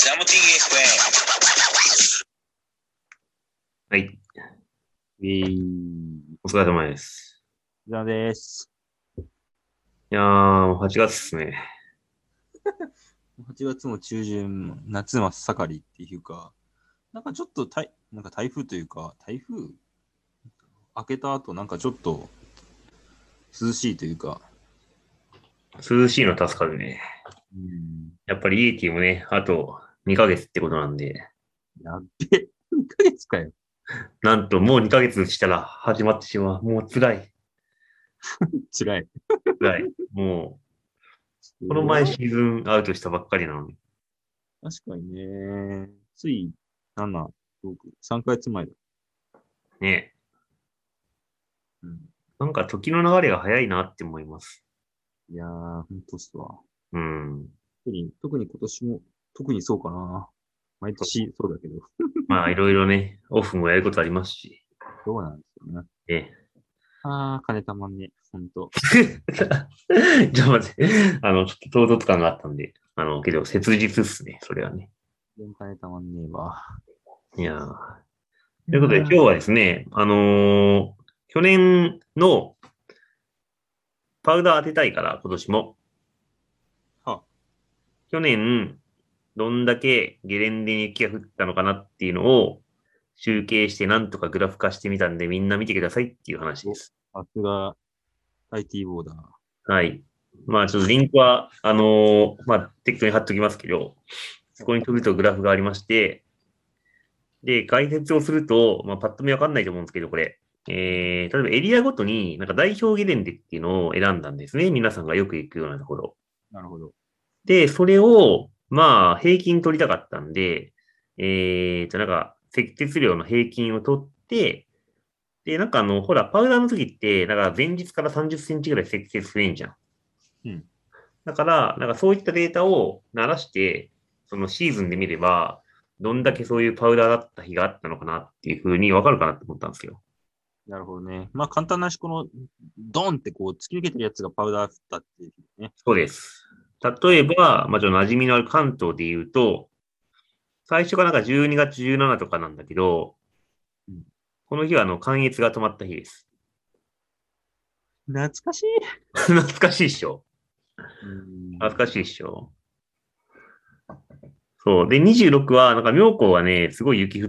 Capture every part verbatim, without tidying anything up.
ザムティーエフはい。 ウィーお疲れ様です。 以上です。 いやー、はちがつですね。 はちがつも中旬、夏真っ盛りっていうか、なんかちょっと台なんか台風というか、台風明けた後、なんかちょっと涼しいというか、 涼しいの助かるね。 うん、 やっぱりイエティもね、あとにかげつってことなんで、 やっべ、にかげつかよ。 なんともうにかげつしたら始まってしまう。もう辛い。 辛い。 辛い。もう、この前シーズンアウトしたばっかりなのに。 確かにね、つい、なな、ろく、さんかげつまえだ。 ね。 うん、 なんか時の流れが早いなって思います。 いやー、ほんとっすわ。 うん。 特に、特に今年も、特にそうかな。毎年そうだけど、 まあいろいろね、オフもやることありますし。 そうなんですよね。 ね。 あー、金たまんね。ほんと。 じゃあ待って、あの、ちょっと唐突感があったんで、あの、けど切実っすね、それはね。 全金たまんねえわ。 いやー。ということで、今日はですね、あのー去年のパウダー当てたいから、今年も。 は去年、どんだけゲレンデに雪が降ったのかなっていうのを集計してなんとかグラフ化してみたんで、みんな見てくださいっていう話です。 さすが アイティー ボーダー。 はい。まあ、ちょっとリンクは、あのーまあ、適当に貼っときますけど、そこに飛ぶとグラフがありまして、で、解説をすると、まあ、パッと見わかんないと思うんですけど、これ。えー、例えばエリアごとに、なんか代表ゲレンデっていうのを選んだんですね。皆さんがよく行くようなところ。 なるほど。 で、それを、まあ、平均取りたかったんで、えーと、なんか、積雪量の平均を取って、で、なんかあの、ほら、パウダーの時って、なんか前日からさんじゅっセンチぐらい積雪増えんじゃん。 うん。 だから、なんかそういったデータを鳴らして、そのシーズンで見れば、どんだけそういうパウダーだった日があったのかなっていうふうにわかるかなと思ったんですよ。 なるほどね。まあ簡単なし、このドンってこう突き抜けてるやつがパウダー降ったっていうね。 そうです。例えば、まあ、ちょっと馴染みのある関東で言うと、最初がなんかじゅうにがつじゅうしちにちとかなんだけど、 うん、 この日はあの、関越が止まった日です。 懐かしい。 懐かしいっしょ。 うん懐かしいっしょ。そう。で、にじゅうろくは、なんか妙高はね、すごい雪降って、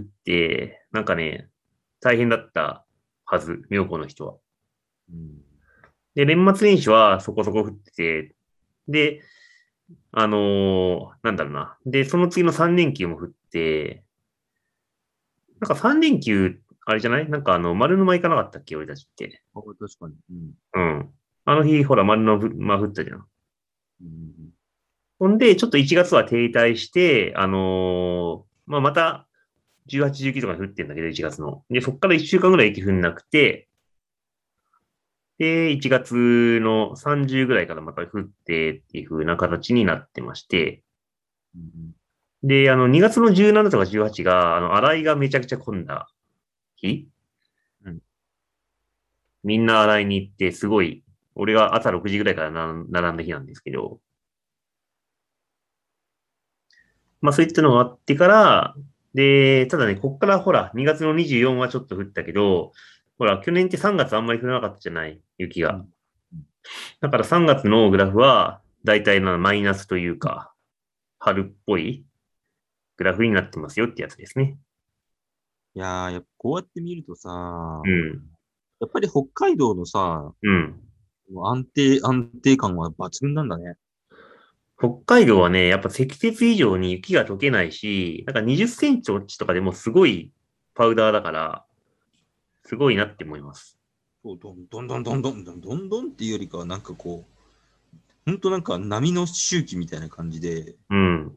なんかね、大変だったはず、妙高の人は。 うん、 で、年末年始はそこそこ降ってて、で、あのーなんだろうな。で、その次のさん連休も降って、なんかさん連休、あれじゃないなんかあの、丸の間行かなかったっけ俺たちって。 あ、確かに。うん。 うん。あの日、ほら、丸の間降ったじゃん。 うん、 ほんで、ちょっといちがつは停滞して、あのーまあ、また、じゅうはち、じゅうきゅうとかに降ってんだけど、いちがつの。で、そっからいっしゅうかんぐらい雪降んなくて、で、いちがつのさんじゅうぐらいからまた降ってっていう風な形になってまして、 うん、 で、あの、にがつのじゅうしちとかじゅうはちが、あの、洗いがめちゃくちゃ混んだ日。 うん。 みんな洗いに行って、すごい、俺が朝ろくじぐらいからな並んだ日なんですけど、まあそういったのがあってから、で、ただね、こっからほら、にがつのにじゅうよっかはちょっと降ったけど、ほら、去年ってさんがつあんまり降らなかったじゃない、雪が。 うん。 だからさんがつのグラフは、だいたいマイナスというか、春っぽいグラフになってますよってやつですね。 いやー、やっぱこうやって見るとさ、 うん。 やっぱり北海道のさ、 うん。 安定、安定感は抜群なんだね。 北海道はね、やっぱ積雪以上に雪が溶けないし、なんかにじゅっセンチ落ちとかでもすごいパウダーだから、すごいなって思います。 そうどんどんどんどんどんどんどんどんっていうよりかは、なんかこう、ほんとなんか波の周期みたいな感じで、 うん。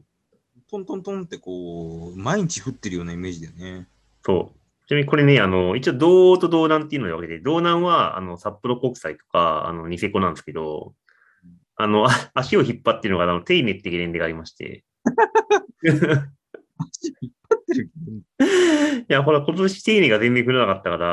トントントンってこう、毎日降ってるようなイメージだよね。 そう。ちなみにこれね、あの、一応道と道南っていうので分けて、道南は、あの、札幌国際とか、あの、ニセコなんですけど、あの、あ足を引っ張ってるのが、あの、テイネってゲレンデがありまして。い引っ張ってる。 や、ほら、今年テイネが全然降らなかったから、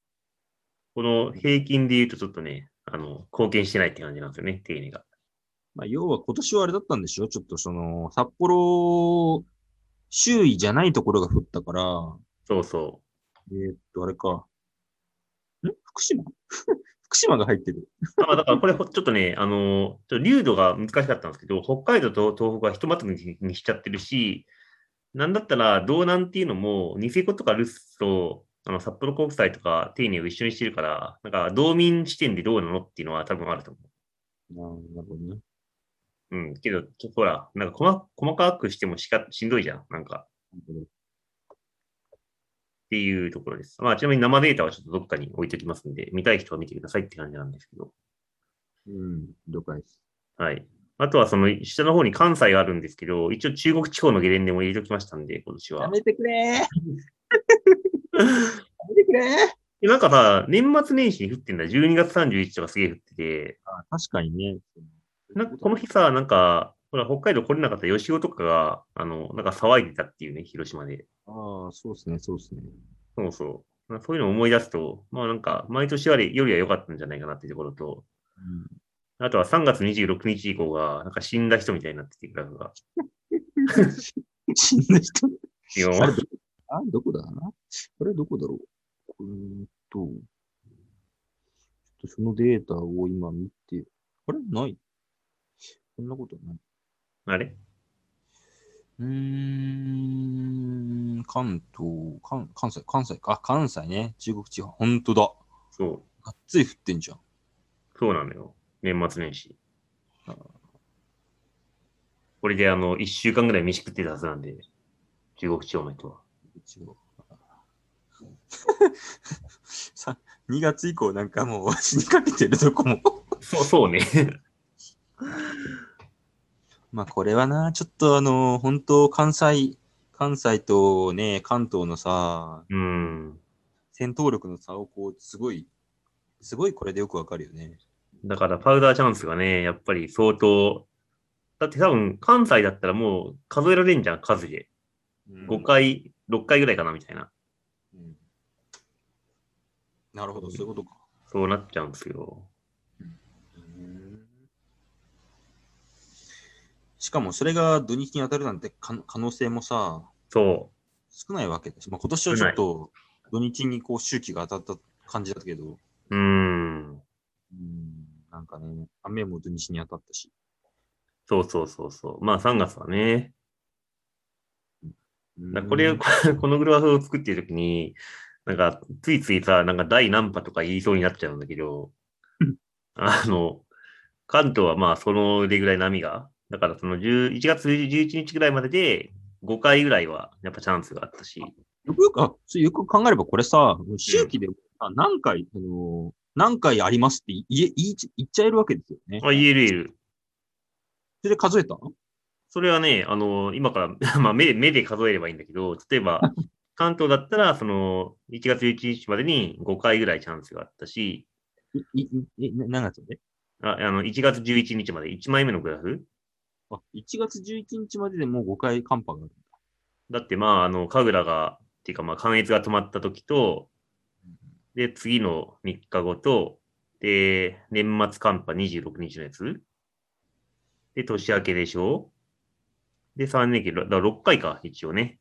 この平均で言うとちょっとね、あの、貢献してないって感じなんですよね、テイネが。 まあ、要は今年はあれだったんでしょちょっとその、札幌周囲じゃないところが降ったから、 そうそえーっと、あれか。ん福島福島が入ってる。 う。あ、まあ、だからこれほちょっとね、あの、ちょっと流度が難しかったんですけど、北海道と東北はひとまとめににしちゃってるし、なんだったら道南っていうのも、ニセコとかルッソ、あの、札幌国際とか丁寧を一緒にしてるから、なんか道民視点でどうなのっていうのは多分あると思あーなるほどね。 う。うん。けど、ちょっとほら、なんか細細かくしてもしかしんどいじゃん。なんか。っていうところです。まあ、ちなみに生データはちょっとどっかに置いておきますんで、見たい人は見てくださいって感じなんですけど。 うん、了解です。 はい。あとはその下の方に関西があるんですけど、一応中国地方のゲレンデも入れておきましたんで、今年は。 やめてくれーやめてくれーでなんかさ、年末年始に降ってんだ。じゅうにがつさんじゅういちとかすげえ降ってて、 あ、確かにね。 なんかこの日さ、なんか、ほら、北海道来れなかった吉尾とかが、あの、なんか騒いでたっていうね、広島で。 ああ、そうですね、そうですね。 そうそう。まあそういうのを思い出すと、まあなんか、毎年よりよりは良かったんじゃないかなっていうところと、 うん、 あとはさんがつにじゅうろくにち以降が、なんか死んだ人みたいになってて、グラフが。 死んだ人。 いや、 あれ、どあ、どこだこれどこだろううーんと、ちょっとそのデータを今見て、あれない。そんなことない。 あれうーん、関東、関、関西、関西か。あ、関西ね。中国地方。ほんとだ。 そう、 がっつり降ってんじゃん。 そうなのよ。年末年始。これであの、いっしゅうかんぐらい飯食ってたはずなんで、中国地方の人は。 一応さ、にがつ以降なんかもう死にかけてるとこも。 そう、そうね。 まあこれはな、ちょっとあの、本当関西、関西とね、関東のさ、 うん。 戦闘力の差をこう、すごい、すごいこれでよくわかるよね。 だから、パウダーチャンスがね、やっぱり相当、だって多分、関西だったらもう数えられんじゃん、数で。 うんごかい、ろっかいぐらいかな、みたいな。 うん、なるほど、そういうことか。 そうなっちゃうんですよ。 うんしかもそれが土日に当たるなんてか可能性もさ、 そ少ないわけだし、まあ、今年う。 は少ない。 ちょっと土日にこう周期が当たった感じだったけど、 うーん。 うん、なんかね、雨も土日に当たったし。 そうそうそうそう。まあさんがつはね。 うだこれ、 ん、 このグラフを作っているときに、なんか、ついついさ、なんか第何波とか言いそうになっちゃうんだけど、あの、関東はまあ、その例ぐらい波が、だからそのじゅういちがつじゅういちにちぐらいまででごかいぐらいはやっぱチャンスがあったし、 よくよく、あそうよく考えればこれさ、 うん。 周期でさ何回、あのー何回ありますって言え言い言っちゃえるわけですよね。 あ、言える言える。 それで数えたのそれはね、あの、今からまあ目で、目で数えればいいんだけど、例えば、関東だったら、その、いちがつじゅういちにちまでにごかいぐらいチャンスがあったし、 い、い、い、な何月まであ、あの、いちがつじゅういちにちまでいちまいめのグラフあ、いちがつじゅういちにちまででもうごかい寒波がある。 だって、まあ、あの、神楽が、っていうか、まあ、関越が止まった時と、で、次のみっかごと、で、年末寒波にじゅうろくにちのやつで、年明けでしょで、さん連休、だからろっかいか、一応ね。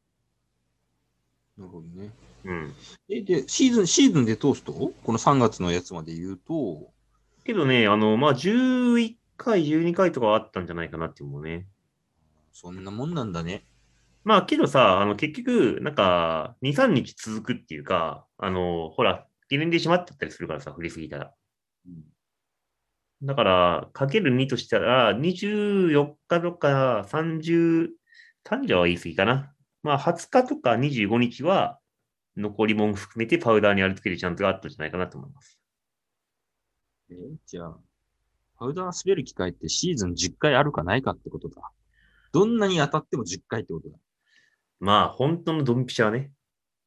なるほどね。 うん。 え、で、シーズン、シーズンで通すとこのさんがつのやつまで言うと、 けどね、あの、まあ、じゅういっかい、じゅうにかいとかはあったんじゃないかなって思うね。 そんなもんなんだね。 まあ、けどさ、あの、結局、なんか、に、さんにち続くっていうか、あの、ほら、ゲレンデ閉まってったりするからさ、降りすぎたら。 うんだから、かけるにとしたら、にじゅうよっかとかさんじゅう、さんじゅうは言い過ぎかな。まあ、はつかとかにじゅうごにちは、残りも含めてパウダーにありつけるチャンスがあったんじゃないかなと思います。 え、じゃあ、パウダー滑る機会ってシーズンじゅっかいあるかないかってことだ。どんなに当たってもじゅっかいってことだ。 まあ、本当のドンピシャはね。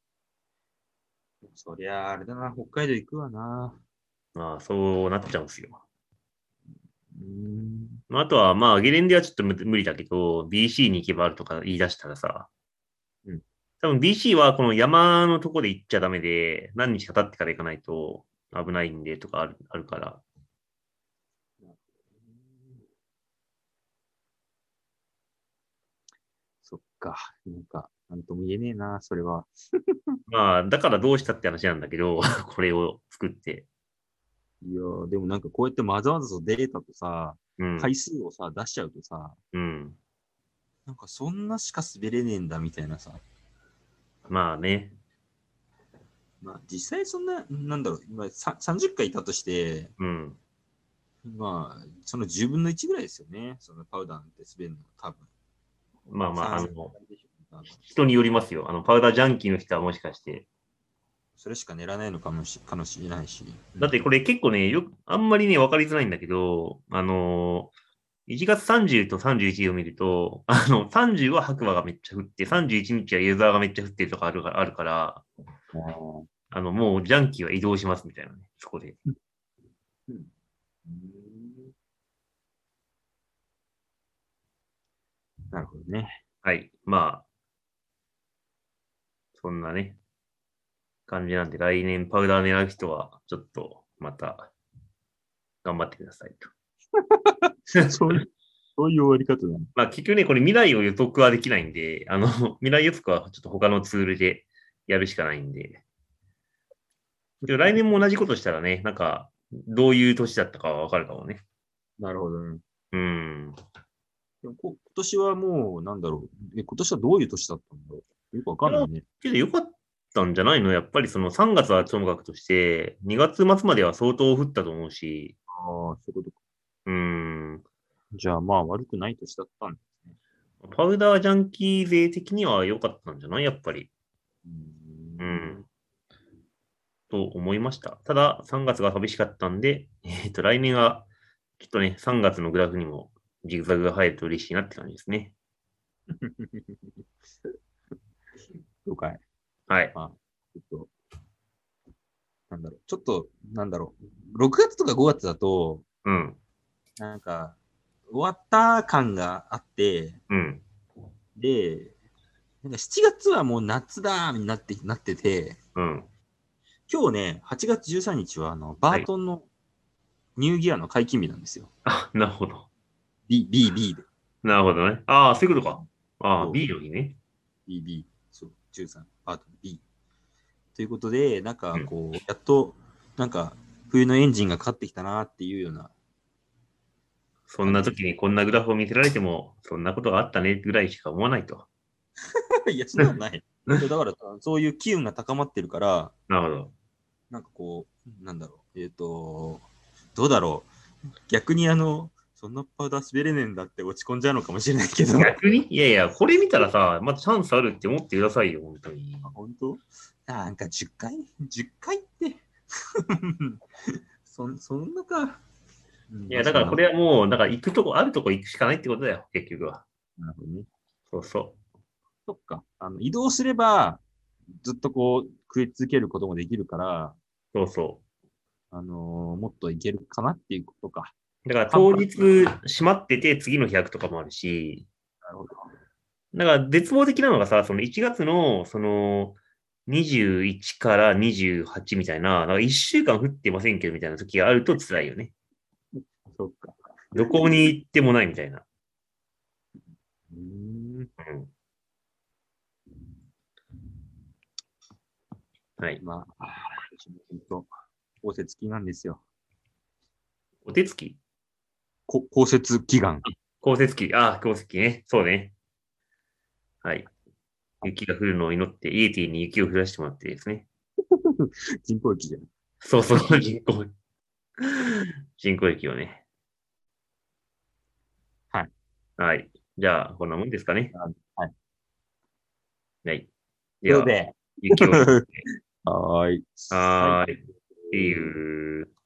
そりゃあ、あれだな、北海道行くわな。 まあ、そうなっちゃうんですよ。 うーん。 まあ、あとは、まあ、ゲレンデはちょっと無無理だけど、ビーシー に行けばあるとか言い出したらさ、 うん。 多分 ビーシー はこの山のとこで行っちゃダメで、何日か経ってから行かないと危ないんでとかある、あるから。 そっか。なんか、なんとも言えねえな、それは。 まあ、だからどうしたって話なんだけど、これを作って。 いやー、でもなんかこうやってわざわざとデータとさ、 うん。 回数をさ、出しちゃうとさ、 うん。 なんかそんなしか滑れねえんだみたいなさ。 まあね。 まあ実際そんな、なんだろう、今ささんじゅっかいいたとして、 うん。 まあ、そのじゅうぶんのいちぐらいですよね。そのパウダーなんて滑るの、多分。 まあまあ、あさんの、 でしょ多分人によりますよ。あの、パウダージャンキーの人はもしかして。 それしか狙わないのかもしかもしれないし。 だってこれ結構ね、よく、あんまりね、わかりづらいんだけど、あのいちがつさんじゅうとさんじゅういちを見ると、あの、さんじゅうは白馬がめっちゃ降って、さんじゅういちにちはユーザーがめっちゃ降ってるとかあるから、あるから、 うんあの、もうジャンキーは移動しますみたいなね、そこで。 うんなるほどね。 はい。まあ、そんなね、感じなんで、来年パウダー狙う人は、ちょっと、また、頑張ってくださいと。 そういう、そういう終わり方なの。 まあ、結局ね、これ未来を予測はできないんで、あの、未来予測はちょっと他のツールでやるしかないんで、で来年も同じことしたらね、なんか、どういう年だったかはわかるかもね。 なるほどね。 うん。 でもこ今年はもう、なんだろう。え、今年はどういう年だったんだろう。よくわかんないね。 けどよかったんじゃないのやっぱりそのさんがつはともかくとして、にがつ末までは相当降ったと思うし、 ああ、そういうことか。 うん。 じゃあまあ悪くない年だったんですね。 パウダージャンキー勢的には良かったんじゃないやっぱり。 うーん。 うん。と思いました。ただ、さんがつが寂しかったんで、えっと、来年は、きっとね、さんがつのグラフにもジグザグが入ると嬉しいなって感じですね。 了解。 はい。 まあ、ちょっと、なんだろう。ちょっと、なんだろう。ろくがつとかごがつだと、 うん。 なんか、終わった感があって、 うん。 で、なんかしちがつはもう夏だーになって、なってて、 うん。 今日ね、はちがつじゅうさんにちは、あの、バはい。 ートンのニューギアの解禁日なんですよ。 あ、なるほど。 B、B、B で。 なるほどね。ああ、そういうことか。ああ、 そう、 B の日ね。 B、B、そう、じゅうさん、バートン B。ということで、なんうん。 かこう、やっと、なんか、冬のエンジンがかかってきたなっていうようなそん感じです。 な時にこんなグラフを見せられても、そんなことがあったねぐらいしか思わないと。 いや、そんなことない。いやだから、そういう機運が高まってるから、 なるほど。 なんかこう、なんだろう、えっ、と、どうだろう。逆にあの、そんなパウダー滑れねえんだって落ち込んじゃうのかもしれないけど。 逆にいやいや、これ見たらさ、またチャンスあるって思ってくださいよ、本当に。 あ本当なんかじゅっかい ?じゅっ 回ってそ、そんなか。うん、 いや、 まあそんな。 だからこれはもう、だから行くとこ、あるとこ行くしかないってことだよ、結局は。 なるほどね。 そうそそっか。あの移動すれば、ずっとこう、食い続けることもできるから、 う。そうそあのーもっといけるかなっていうことか。 う。だからパンパン。 当日閉まってて次の日焼くとかもあるし、 なるほど。 だから絶望的なのがさ、そのいちがつの、その、にじゅういちからにじゅうはちみたいな、なんかいっしゅうかん降ってませんけどみたいな時があると辛いよね。 そっか。 どこに行ってもないみたいな。 うーん。 うん。はい。 まあ、私も本当、降雪祈願ですよ。 お手つきこ降雪祈願。 降雪機。ああ、降雪機ね。そうね。はい。雪が降るのを祈って、イエティに雪を降らせてもらってですね。 人工雪じゃん。 そうそう、人工、人工雪をね。 はい。 はい。じゃあ、こんなもんですかね。 あはい。 はい。では、 ということで、 雪を祈って。 はーい。はい。 はーい。See you.